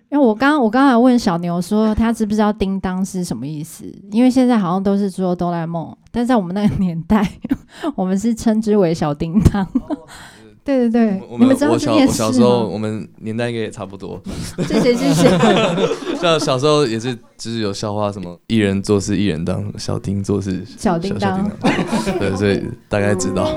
因为我刚才问小牛说他知不知道叮当是什么意思，因为现在好像都是说哆啦 A 梦，但在我们那个年代我们是称之为小叮当。对对对，你们知道这件事吗？ 我小时候我们年代应该也差不多。 谢谢谢谢。 小时候也是，就是有笑话什么一人做事一人当，小丁做事小叮当。 对，所以大概知道。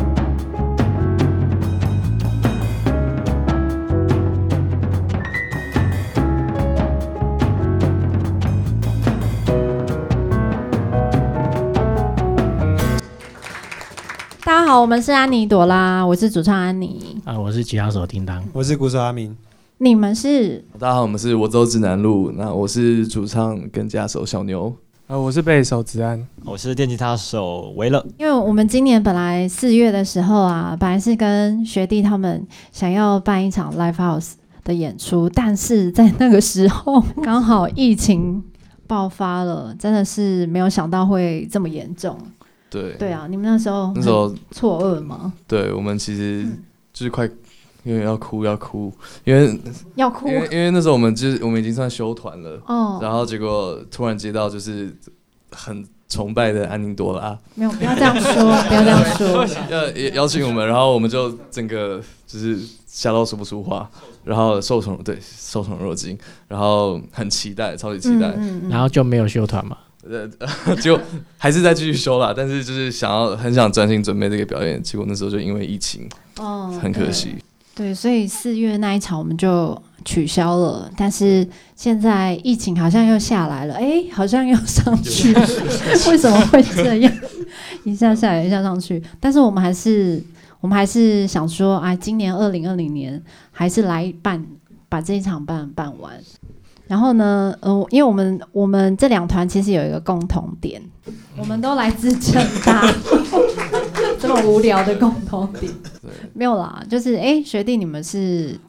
大家好，我们是安妮朵拉，我是主唱安妮。 我是吉他手叮当， 我是鼓手阿明。 你们是？ 大家好，我们是我走指南路，那我是主唱跟吉他手小牛。 我是贝斯手子安， 我是电吉他手维乐。 因为我们今年本来4月的时候啊，本来是跟学弟他们想要办一场 live house 的演出，但是在那个时候刚好疫情爆发了，真的是没有想到会这么严重。对啊，你们那时候错愕吗？ 对，我们其实就是快因为要哭，因为要哭， 因为那时候我们已经算休团了，然后结果突然接到就是很崇拜的安妮朵拉，没有， 不要这样说，不要这样说， 邀请我们，然后我们就整个就是吓到说不出话，然后受宠若惊，然后很期待，超级期待， 然后就没有休团嘛。 就还是再继续修啦，但是就是很想专心准备这个表演，结果那时候就因为疫情，很可惜。 对，所以4月那一场我们就取消了，但是现在疫情好像又下来了，好像又上去了，为什么会这样？一下下来，一下上去，但是我们还是想说，今年2020年还是来把这一场办完。然后呢，因为我们这两团其实有一个共同点，我们都来自政大，这么无聊的共同点，没有啦，就是学弟你们是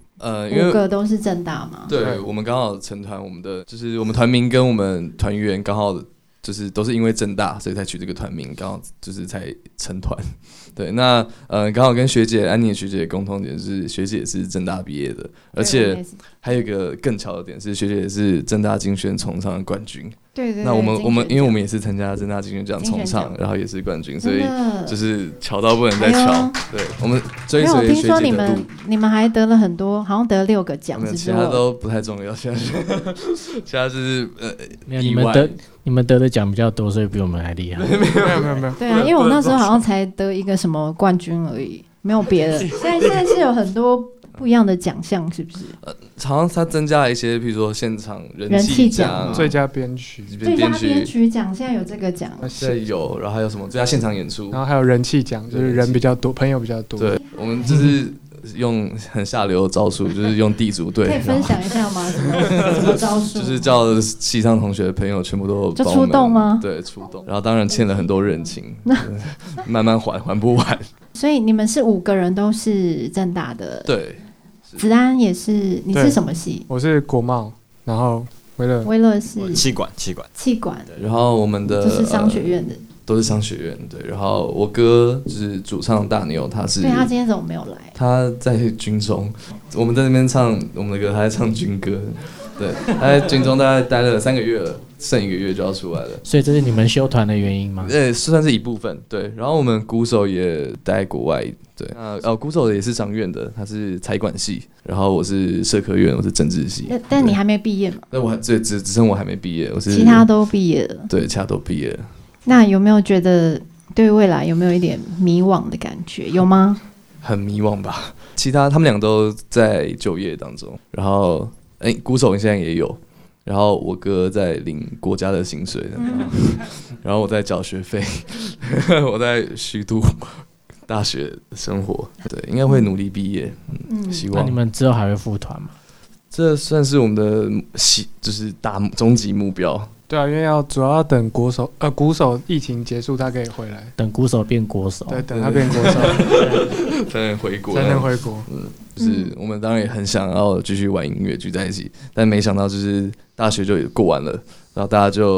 5个都是政大吗？ 对，我们刚好成团，我们的就是我们团名跟我们团员刚好就是都是因为政大，所以才取这个团名，刚好就是才成团。对，那刚好跟安妮的学姐共同点是学姐也是政大毕业的，而且还有一个更巧的点是学姐也是政大金旋重唱的冠军。 对， 那我们因为我们也是参加政大金旋奖重唱，然后也是冠军，所以就是巧到不能再巧。对，我们追随学姐的路。 听说你们还得了很多，好像得了6个奖，是不是？ 其他都不太重要，现在就是没有你们得的奖比较多，所以比我们还厉害。 没有。 对啊，因为我那时候好像才得一个什么冠军而已，没有别的。现在是有很多不一样的奖项，是不是？ 好像它增加了一些，比如说现场人气奖、 最佳编曲奖，现在有这个奖。 现在有，然后还有什么最佳现场演出， 然后还有人气奖，就是人比较多，朋友比较多。 对，我们就是用很下流的招数，就是用地主队。 可以分享一下吗？什么招数？ 就是叫系上同学的朋友全部都就出动吗？ 对，出动。然后当然欠了很多人情，慢慢还不完。 所以你们是5个人都是政大的。 对。 子安也是，你是什么系？ 我是国贸，然后维乐是气管。 然后我们的就是商学院的。 都是商学院，对。然后我哥就是主唱大牛，他今天怎么没有来？ 他在军中，我们在那边唱我们的歌，他在唱军歌，对。他在军中大概待了3个月了，剩1个月就要出来了。 所以这是你们休团的原因吗？ 算是一部分，对。然后我们鼓手也待在国外，对。鼓手也是商院的，他是财管系，然后我是社科院，我是政治系。 但你还没毕业吗？ 那我只剩我还没毕业， 其他都毕业了。 对，其他都毕业了。 那有没有觉得对未来有没有一点迷惘的感觉？有吗？ 很迷惘吧。他们俩都在就业当中，然后鼓手现在也有，然后我哥在领国家的薪水，然后我在缴学费，我在虚度大学生活。对，应该会努力毕业，希望。 那你们之后还会复团吗？ 这算是我们的就是终极目标。 对啊，因为主要等鼓手疫情结束，他可以回来。 等鼓手变国手。 对，等他变国手， 才能回国。就是我们当然也很想要继续玩音乐，聚在一起，但没想到就是大学就过完了，然后大家就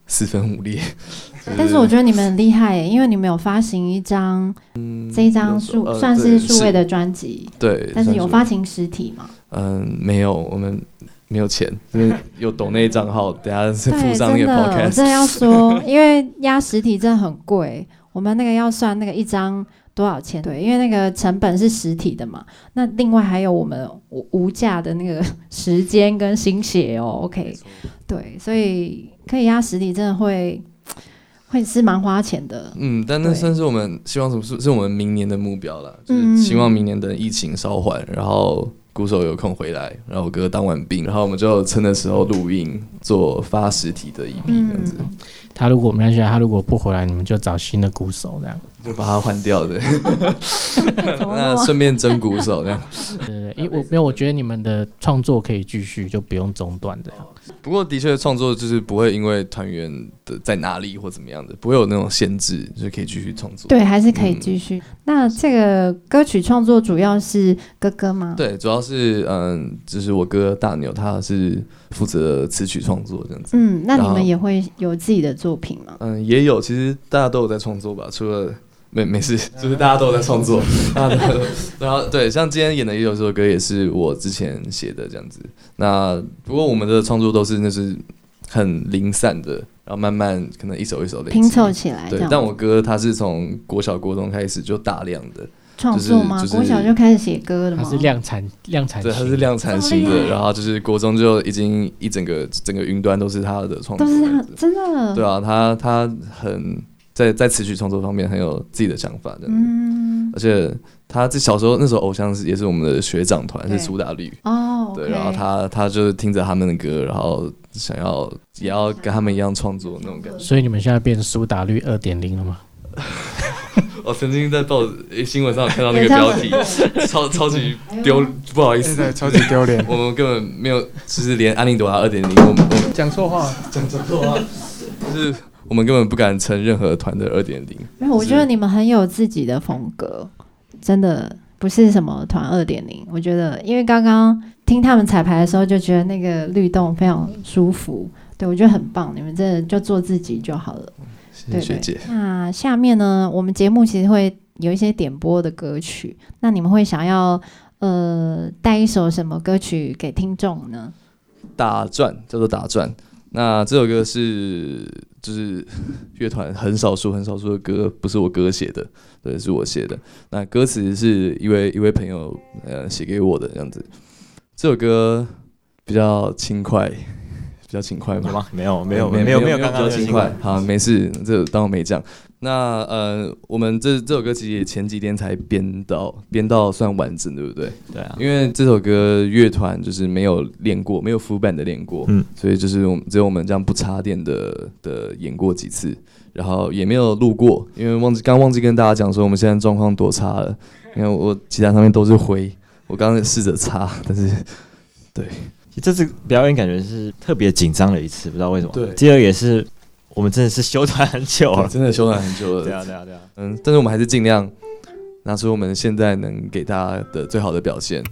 四分五裂。 但是我觉得你们很厉害耶，因为你们有发行一张，这一张算是数位的专辑， 对， 但是有发行实体吗？ 没有，我们没有钱，有抖内账号，等一下是附上那个 podcast。 我真的要说，因为压实体真的很贵，我们那个要算那个一张多少钱？对，因为那个成本是实体的嘛，那另外还有我们无价的那个时间跟心血哦。OK， 对，所以可以压实体，真的会是蛮花钱的。 但那算是我们希望是我们明年的目标啦，就是希望明年的疫情稍缓，然后鼓手有空回来，然后我哥当完兵，然后我们就趁的时候录音做发实体的EP这样子。 他如果没关系，他如果不回来，你们就找新的鼓手这样， 就把他换掉的。那顺便争鼓手这样。 对，因为我觉得你们的创作可以继续，就不用中断这样。 不过的确创作就是不会因为团员的在哪里或怎么样的，不会有那种限制，就可以继续创作。 对，还是可以继续。那这个歌曲创作主要是哥哥吗？ 对，主要是就是我哥大牛，他是负责词曲创作这样子。 那你们也会有自己的作品吗？ 也有，其实大家都有在创作吧，除了没事，就是大家都有在创作。然后对，像今天演的有首歌也是我之前写的这样子。那不过我们的创作都是那是很零散的，然后慢慢可能一首一首的拼凑起来。 对，但我哥他是从国小国中开始就大量的创作吗？国小就开始写歌了吗？ 他是量产对，他是量产型的，然后就是国中就已经整个云端都是他的创作， 都是他真的。 对啊，他很在词曲创作方面很有自己的想法的。而且他小时候那时候偶像也是我们的学长团，是苏打绿哦。 对，然后他就听着他们的歌，然后也要跟他们一样创作那种感觉。 所以你们现在变苏打绿 2.0 了吗？ 我曾经在新闻上看到那个标题，超级不好意思， 对，超级丢脸。 我们根本没有，就是连安妮朵拉 2.0， 我们讲错话， 就是我们根本不敢称任何团的 2.0。 没有，我觉得你们很有自己的风格，真的不是什么团 2.0。我觉得，因为刚刚听他们彩排的时候，就觉得那个律动非常舒服。对，我觉得很棒，你们真的就做自己就好了。 谢谢学姐。 那下面呢，我们节目其实会有一些点播的歌曲，那你们会想要带一首什么歌曲给听众呢？ 打转，叫做打转。那这首歌就是乐团很少数的歌，不是我哥写的，对，是我写的。那歌词是一位朋友写给我的这样子。这首歌比较轻快。比较轻快吗？ 没有，刚刚轻快。好，没事，这当我没讲。那我们这首歌其实也前几天才编到算完整，对不对？ 对啊。 因为这首歌乐团就是没有练过，没有full band的练过，所以就是只有我们这样不插电的演过几次，然后也没有录过，因为忘记跟大家讲说我们现在状况多差了。因为我吉他上面都是灰，我刚刚试着擦，但是对。 这次表演感觉是特别紧张的一次，不知道为什么。 对， 第二也是我们真的是休团很久了， 真的休团很久了。 对啊。 但是我们还是尽量拿出我们现在能给大家的最好的表现。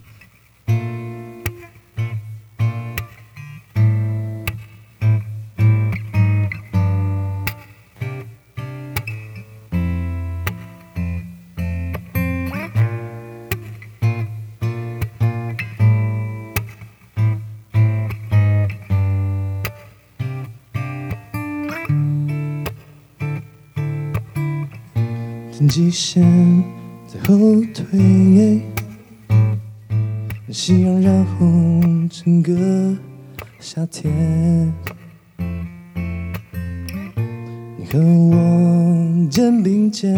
极限在后退，夕阳染红整个夏天。你和我肩并肩，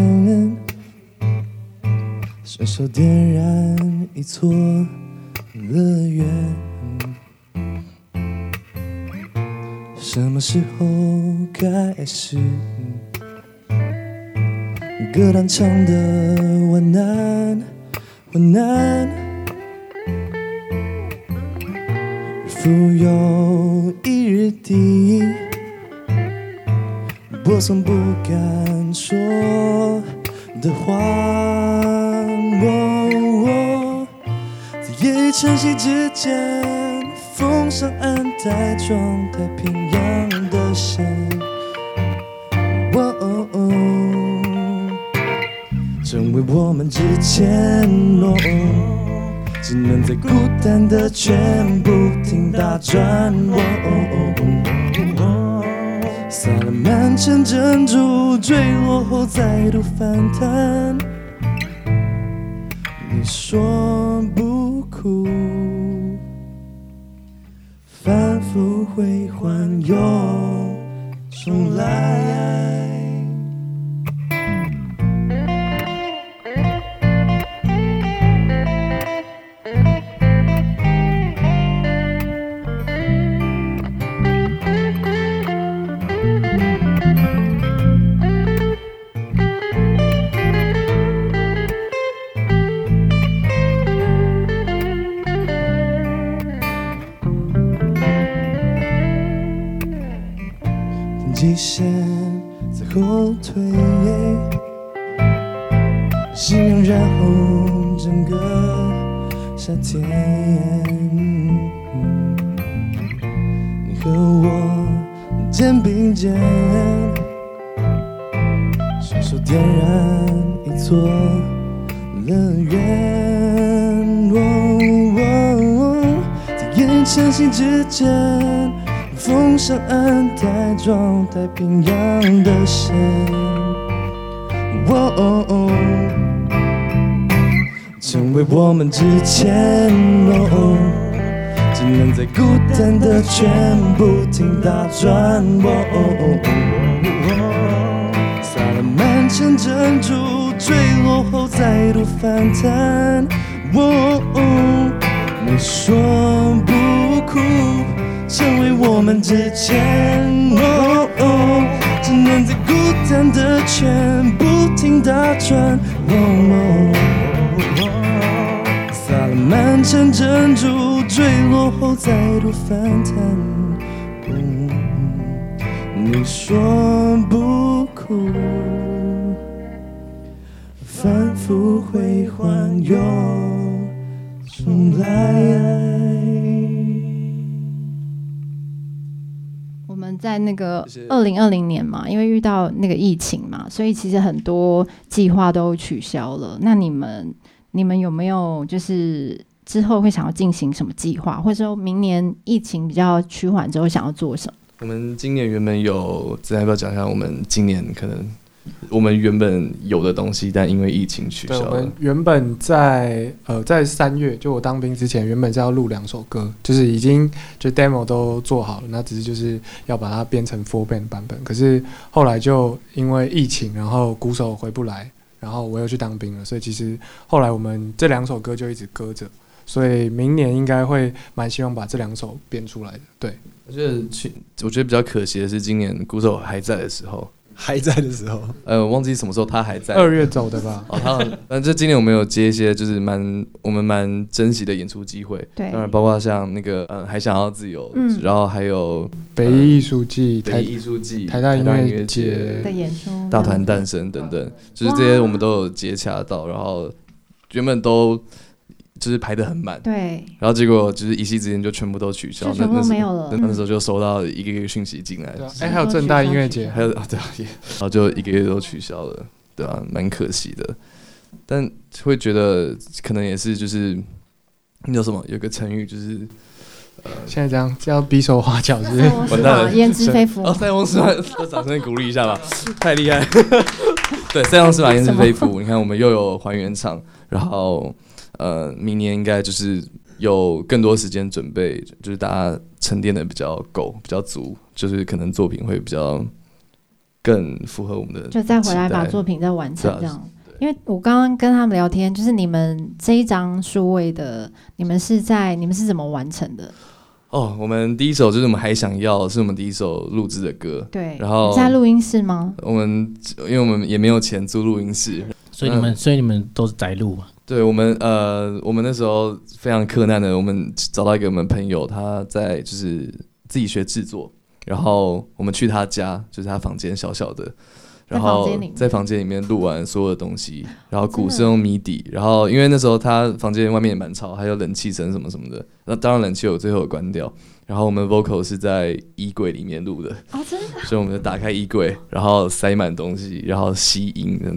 顺手点燃一座乐园。什么时候开始？歌单唱的晚安，日复有一日的播送不敢说的话，在夜与晨曦之间，风上安在装太平洋的线， 我们之前落，只能在孤单的圈不停打转。撒了满城珍珠，坠落后再度反弹。你说不哭，反复回环又重来。极限在后退，信仰然后整个夏天，你和我肩并肩，双手点燃一座乐园，在眼前心之间封上岸带装太平洋的线，成为我们之前只能在孤单的圈不停打转。撒了满城珍珠，坠落后再度反弹。你说不哭，成为我们之前只能在孤单的圈不停打转。撒了满城珍珠，坠落后再度反弹。你说不哭，反复回环又重来。 我们在那个2020年嘛，因为遇到那个疫情嘛，所以其实很多计划都取消了。那你们有没有就是之后会想要进行什么计划，或者说明年疫情比较趋缓之后想要做什么？ 我们今年原本有，之前要不要讲一下？我们今年可能我们原本有的东西，但因为疫情取消了。 对，我们原本在3月，就我当兵之前，原本是要录2首歌，就是已经就 demo 都做好了，那只是就是要把它编成 full band 版本。可是后来就因为疫情，然后鼓手回不来，然后我又去当兵了，所以其实后来我们这2首歌就一直搁着。所以明年应该会蛮希望把这2首编出来的。对， 我觉得比较可惜的是，今年鼓手还在的时候，忘记什么时候他还在 2月走的吧？ 反正今年我们有接一些就是我们蛮珍惜的演出机会， 对， 当然包括像那个还想要自由，然后还有北艺艺术季、台大音乐节的演出、 大团诞生等等，就是这些我们都有接洽到，然后原本都就是排得很满， 对， 然后结果就是一夕之间就全部都取消， 全部都没有了。 那时候就收到一个一个讯息进来， 还有政大音乐节， 还有对啊，然后就一个月都取消了，对啊，蛮可惜的。但会觉得可能也是就是有什么有个成语就是现在这样叫比手画脚，是不是？ 完蛋了， 焉知非福。 塞翁失马，掌声鼓励一下吧，太厉害。对，塞翁失马焉知非福。你看我们又有还原场，然后明年应该就是有更多时间准备，就是大家沉淀的比较够、比较足，就是可能作品会比较更符合我们的期待， 就再回来把作品再完成这样。因为我刚刚跟他们聊天，就是你们这一张数位的，你们是怎么完成的？ 我们第一首就是我们还想要，是我们第一首录制的歌。 对， 然后在录音室吗？ 因为我们也没有钱租录音室， 所以你们都是宅录嘛？ 对，我们那时候非常克难的，我们找到一个我们朋友，他在就是自己学制作，然后我们去他家，就是他房间小小的。然后在房间里面录完所有的东西，然后鼓是用 MIDI， 然后因为那时候他房间外面也蛮吵，还有冷气声什么什么的，那当然冷气我最后有关掉，然后我们 vocal 是在衣柜里面录的， 真的， 所以我们就打开衣柜，然后塞满东西，然后吸音这样子，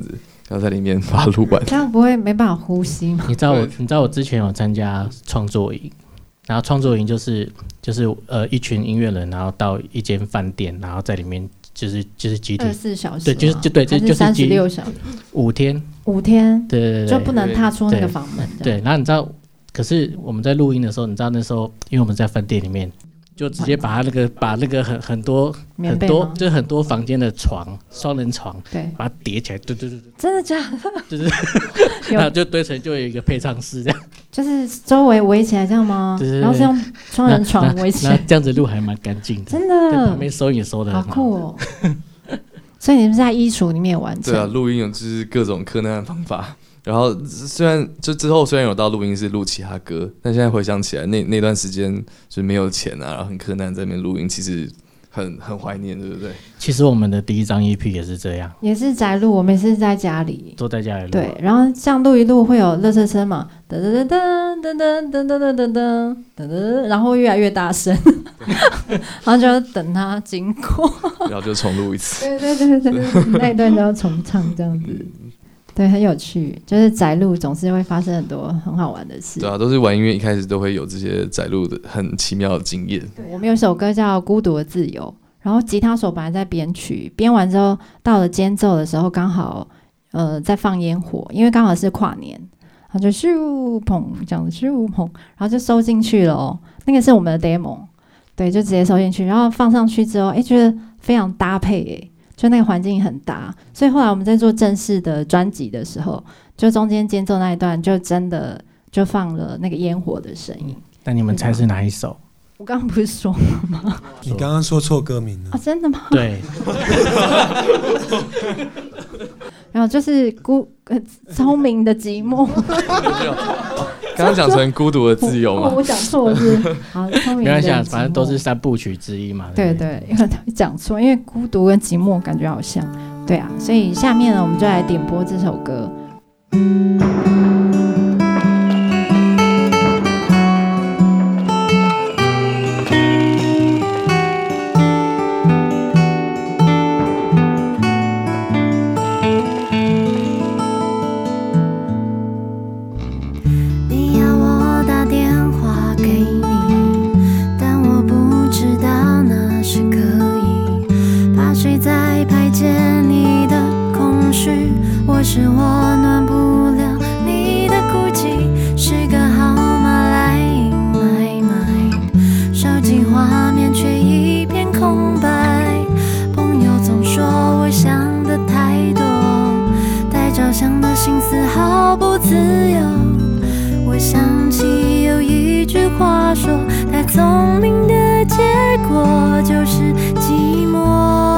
然后在里面把它录完。 这样不会没办法呼吸吗？ 你知道我之前有参加创作营，然后创作营就是一群音乐人，然后到一间饭店，然后在里面就是集体 24小时， 对，就是 36小时 ，5天，对， 就不能踏出那个房门。 对，然后你知道，可是我们在录音的时候，你知道那时候，因为我们在饭店里面。就直接把那个很多就是很多房间的床，双人床， 对， 把它叠起来，对， 真的假的？ 就是，然后就堆成就有一个配唱室这样， 就是周围围起来这样吗？ 对， 然后是用双人床围起来， 这样子录还蛮干净的， 真的， 旁边收也收的好酷哦。所以你们是在衣橱里面完成？ 对啊，录音有就是各种柯南的方法。然后虽然就之后虽然有到录音室录其他歌，但现在回想起来那段时间就没有钱啊，然后很柯南在那边录音，其实很怀念，对不对？ 其实我们的第一张 EP 也是这样， 也是宅录，我们也是在家里， 都在家里录。 对，然后像录一录会有垃圾声嘛，噔噔噔噔噔噔噔噔噔噔，然后越来越大声，然后就要等它经过， 然后就重录一次。 对，那一段就要重唱这样子。对，很有趣，就是宅录总是会发生很多很好玩的事。 对啊，都是玩音乐一开始都会有这些宅录的很奇妙的经验。 对，我们有首歌叫《孤独的自由》，然后吉他手本来在编曲，编完之后到了间奏的时候，刚好在放烟火，因为刚好是跨年，然后就咻砰这样子咻砰，然后就收进去了哦。那个是我们的 demo， 对，就直接收进去，然后放上去之后，觉得非常搭配就那个环境很搭，所以后来我们在做正式的专辑的时候，就中间间奏那一段就真的就放了那个烟火的声音。 那你们猜是哪一首？ 我刚刚不是说了吗？ 你刚刚说错歌名了啊？真的吗？ 对。 然后就是聪明的寂寞。 刚刚讲成孤独的自由嘛？ 我讲错是好聪明的寂寞。 没关系，反正都是3部曲之一嘛。 对，因为讲错，因为孤独跟寂寞感觉好像。对啊，所以下面呢，我们就来点播这首歌。 是我暖不了你的孤寂，是个号码来买，手机画面却一片空白。朋友总说我想的太多，带着想的心思好不自由。我想起有一句话说，太聪明的结果就是寂寞。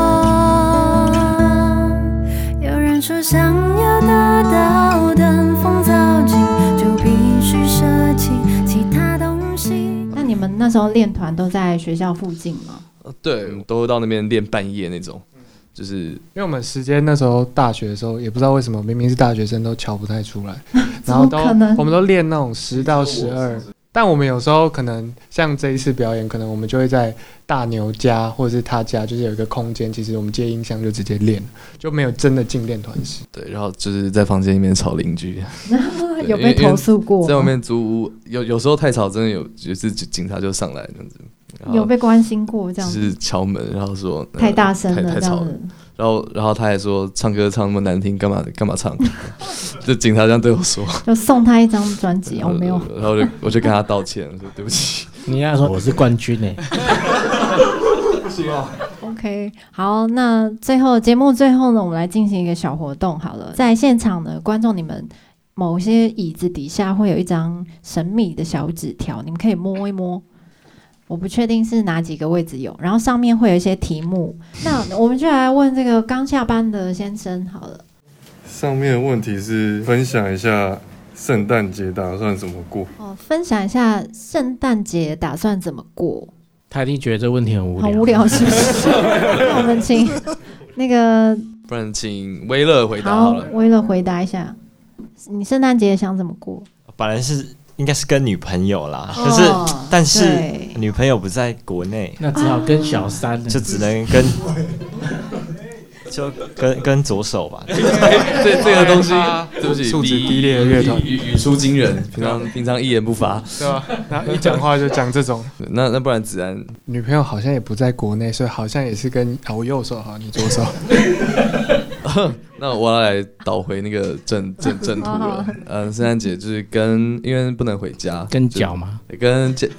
说想要达到登峰造极，就必须舍弃其他东西。 那你们那时候练团都在学校附近吗？ 对，都到那边练半夜那种，就是因为我们时间那时候大学的时候，也不知道为什么，明明是大学生都瞧不太出来，然后我们都练那种10到12。但我们有时候可能像这一次表演，可能我们就会在大牛家或者是他家，就是有一个空间，其实我们接音箱就直接练，就没有真的进练团室。 对，然后就是在房间里面吵邻居， 有被投诉过？ 在外面租屋，有时候太吵，真的就是警察就上来这样子。 有被关心过这样子？ 就是敲门，然后说太大声了， 太吵了。然后他还说唱歌唱那么难听，干嘛唱？就警察这样对我说， 就送他一张专辑，我没有。 然后我就跟他道歉，说对不起。 你跟他说我是冠军欸。 不行啊。 OK， 好，那节目最后呢，我们来进行一个小活动好了。在现场呢，观众你们某些椅子底下会有一张神秘的小纸条，你们可以摸一摸。我不确定是哪几个位置有，然后上面会有一些题目。那我们就来问这个刚下班的先生好了。 上面的问题是分享一下圣诞节打算怎么过。 分享一下圣诞节打算怎么过。 他一定觉得这个问题很无聊。 很无聊是不是？那我们请那个， 不然请威乐回答好了。 威乐回答一下，你圣诞节想怎么过？ 本来是。应该是跟女朋友啦，可是但是女朋友不在国内， 那只好跟小三， 就只能跟就跟左手吧。 这个东西，对不起， 素质低劣的乐团， 语出惊人，平常一言不发， 对吧？然后一讲话就讲这种。 那不然子安女朋友好像也不在国内，所以好像也是跟我右手好，你左手。 那我要来倒回那个正途了。圣诞节就是因为不能回家， 跟脚吗？ 跟脚。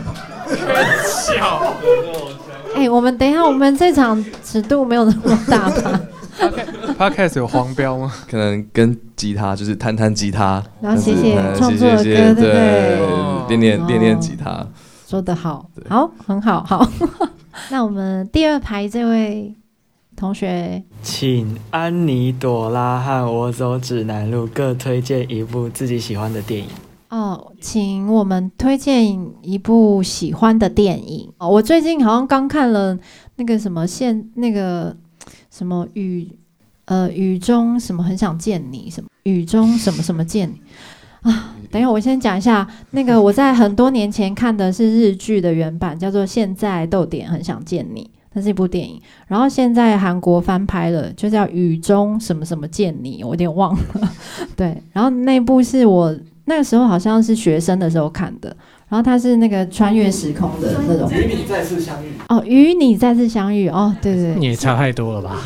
我们等一下，我们这场尺度没有那么大吧 ？Podcast 有黄标吗？ 可能跟吉他就是弹吉他， 然后写创作的歌， 对，练吉他。 说得好，好，很好，好。那我们第二排这位同学， 请安妮、朵拉和我走指南路各推荐一部自己喜欢的电影。 请我们推荐一部喜欢的电影。我最近好像刚看了那个什么雨中什么很想见你，什么雨中什么什么见你啊。等一下，我先讲一下那个我在很多年前看的是日剧的原版，叫做《现在逗点很想见你》，那是一部电影。然后现在韩国翻拍了，就叫《雨中什么什么见你》，我有点忘了。对，然后那部是我那个时候好像是学生的时候看的，然后它是那个穿越时空的那种。 与你再次相遇。 与你再次相遇。对对。 你也差太多了吧？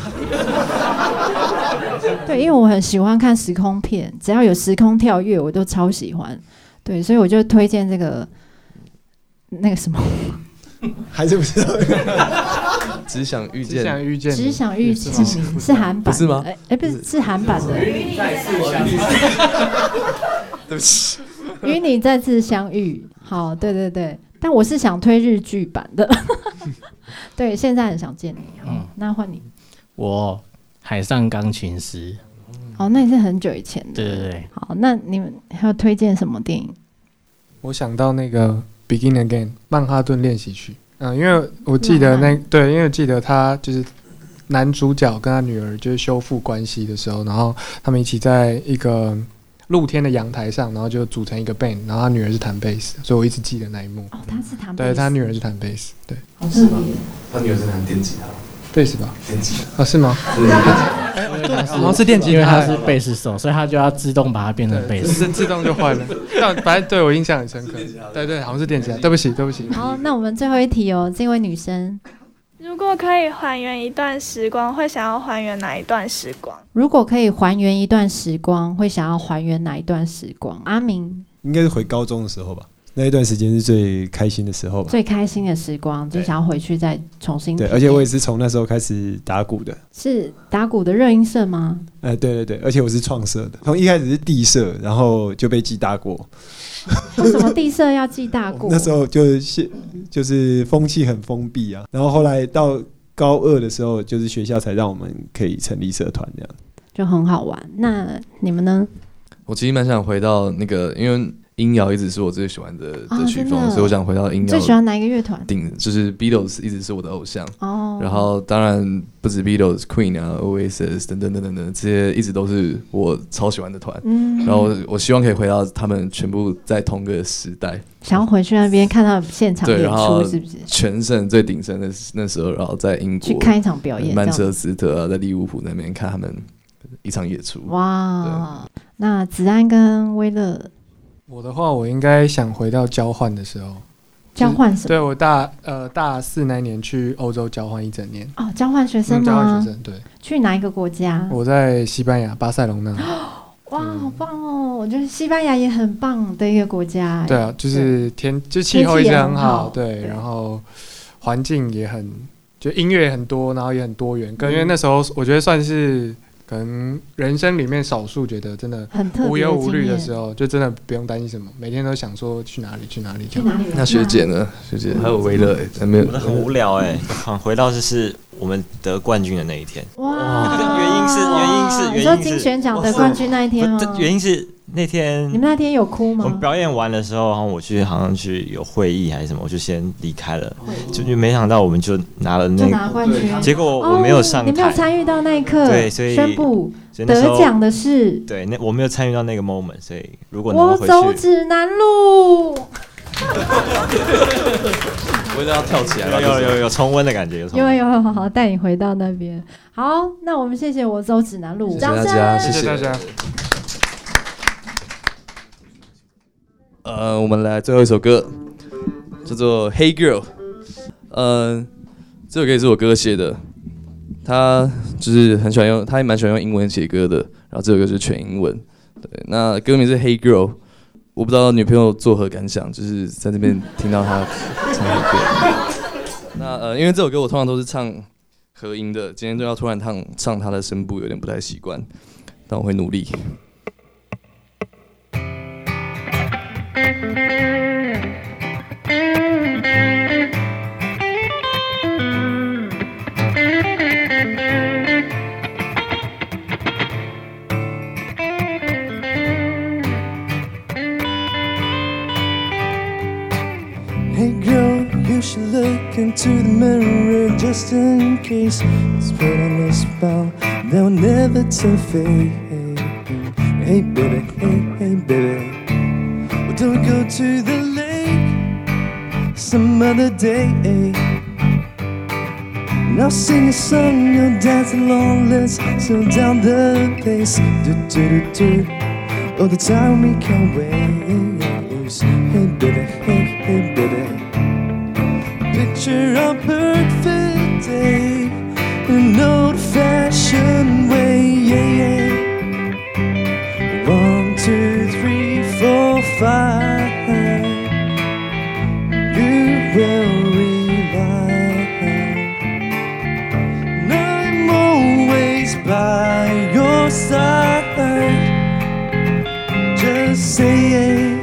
对，因为我很喜欢看时空片，只要有时空跳跃，我都超喜欢。对，所以我就推荐这个那个什么， 还是不知道。 只想遇见你是韩版， 不是吗？ 不是，是韩版的。 与你再次相遇。 对不起。 与你再次相遇。好，对对对，但我是想推日剧版的。对，现在很想见你。那换你。 我海上钢琴师。 那也是很久以前的。 对对对。 好，那你们还要推荐什么电影？ 我想到那个《Begin Again》曼哈顿练习曲。因为我记得因为我记得他就是男主角跟他女儿就是修复关系的时候，然后他们一起在一个露天的阳台上，然后就组成一个 band， 然后他女儿是弹贝斯，所以我一直记得那一幕。 他是弹贝斯。 对，他女儿是弹贝斯。对。 好特别。 他女儿是弹电吉他。 贝斯吧？ 电吉他。 是吗？ 对， 好像是电吉他， 因为他是贝斯手，所以他就要自动把它变成贝斯， 自动就坏了。但反正对我印象很深刻。对，好像是电吉他。对不起。 好，那我们最后一题这位女生， 如果可以还原一段时光，会想要还原哪一段时光？ 如果可以还原一段时光，会想要还原哪一段时光？阿明应该是回高中的时候吧。那一段时间是最开心的时候吧， 最开心的时光，就想要回去再重新对，而且我也是从那时候开始打鼓的。 是打鼓的热音社吗？ 对，而且我是创社的，从一开始是地社，然后就被记大过。 为什么地社要记大过？ 那时候就是风气很封闭啊，然后后来到高2的时候，就是学校才让我们可以成立社团这样， 就很好玩。那你们呢？ 我其实蛮想回到那个，因为音摇一直是我最喜欢的曲风，所以我想回到音摇。 最喜欢哪一个乐团？ 就是 Beatles 一直是我的偶像。然后当然不止 Beatles、Queen 啊、Oasis 等等这些一直都是我超喜欢的团。然后我希望可以回到他们全部在同个时代。 想要回去那边看他们现场演出，是不是？ 全盛最鼎盛的那时候，然后在英国去看一场表演， 曼彻斯特在利物浦那边看他们一场演出。 哇！那子安跟威乐。 我的话，我应该想回到交换的时候。 交换什么？ 对，我大4那年去欧洲交换1整年。 交换学生吗？ 交换学生，对。 去哪一个国家？ 我在西班牙巴塞隆纳。 哇，好棒哦！我觉得西班牙也很棒的一个国家。 对啊，就是就气候一直很好，对，然后环境也很，就音乐很多，然后也很多元。因为那时候我觉得算是。可能人生里面少数觉得真的无忧无虑的时候，就真的不用担心什么，每天都想说去哪里。 那学姐呢？学姐还有维乐没有？ 我的很无聊回到就是我们得冠军的那一天。 哇！ 原因是你说金选奖得冠军那一天吗？ 原因是那天你们那天有哭吗？ 我们表演完的时候，然后我好像去有会议还是什么，我就先离开了。就没想到我们就拿了那个冠军， 结果我没有上台， 你没有参与到那一刻， 对，所以宣布得奖的是对，我没有参与到那个 moment， 所以如果能够回去， 我走指南路。 我一定要跳起来， 有重温的感觉， 有，好，带你回到那边。好，那我们谢谢我走指南路， 谢谢大家， 谢谢大家。 我们来最后一首歌，叫做《Hey Girl》。这首歌也是我哥写的，他就是很喜欢用，他也蛮喜欢用英文写歌的。然后这首歌是全英文，对，那歌名是《Hey Girl》。我不知道女朋友作何感想，就是在这边听到她唱的歌。那因为这首歌我通常都是唱和音的，今天就要突然唱她的声部，有点不太习惯，但我会努力。 Hey girl, you should look into the mirror just in case it's put on a spell that will never to fade. Hey baby, hey baby, well, don't go to the lake some other day. And I'll sing a song, you'll dance along, let's slow down the pace. Do do do do, all the time we can't waste. Hey baby, hey baby, picture a perfect day in an old-fashioned way. Yeah, yeah. 1, 2, 3, 4, 5. You will realize I'm always by your side. Just say it.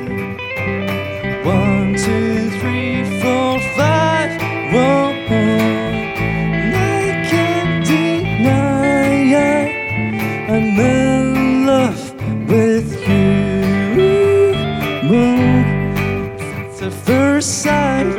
1, 2, 3, 4, 5. Whoa, and I can't deny I'm in love with you. It's the first sight.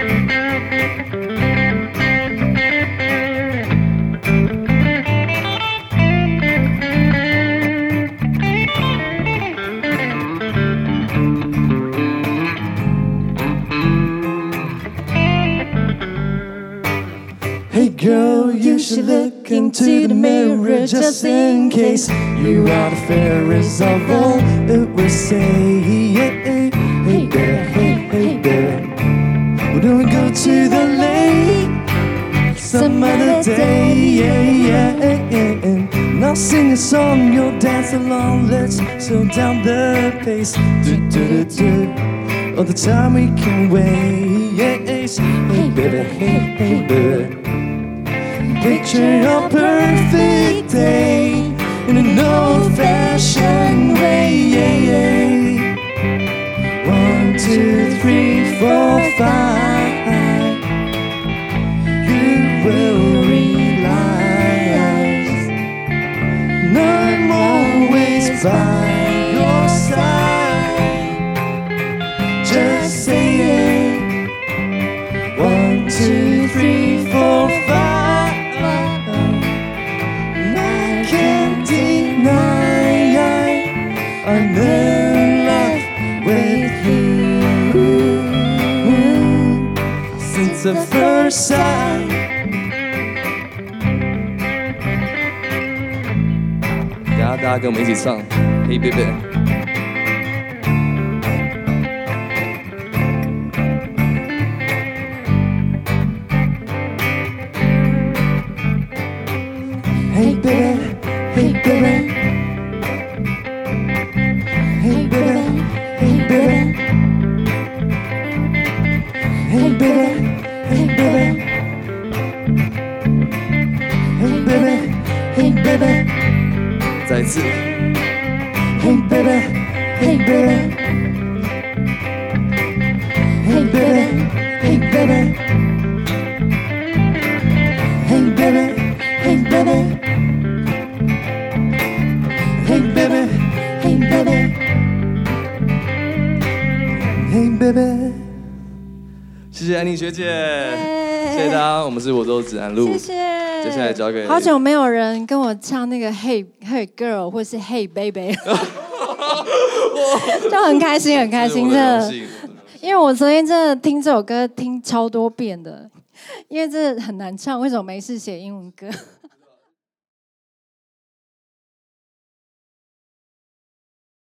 Hey girl, you should look into the mirror just in case you are the fairest of all. It will say, hey baby, hey baby, we're gonna go to the lake some other day. Yeah. And I'll sing a song, you'll dance along. Let's slow down the pace. Do do do do, all the time we can waste. Hey baby, hey baby, picture a perfect day in an old-fashioned way. Yeah. 1, 2, 3, 4, 5. You will realize I'm always by your side. Just say it. 1, 2, 3, 4, 5. I'm in love with you since the first sight. 大家跟我们一起唱 Hey baby。 Hey baby, hey baby, hey baby, hey baby, hey baby, hey baby, hey baby, hey baby. 再一次 Hey baby, hey baby, hey baby, hey baby, hey baby, hey baby, hey baby, hey baby, hey baby. 谢谢安妮学姐，谢谢大家，我们是我走指南路， 谢谢。 接下来交给好久没有人跟我唱那个 Hey Girl 或是 Hey Baby， 就很开心，很开心的。 因为我昨天真的听这首歌听超多遍的，因为这很难唱，为什么没事写英文歌？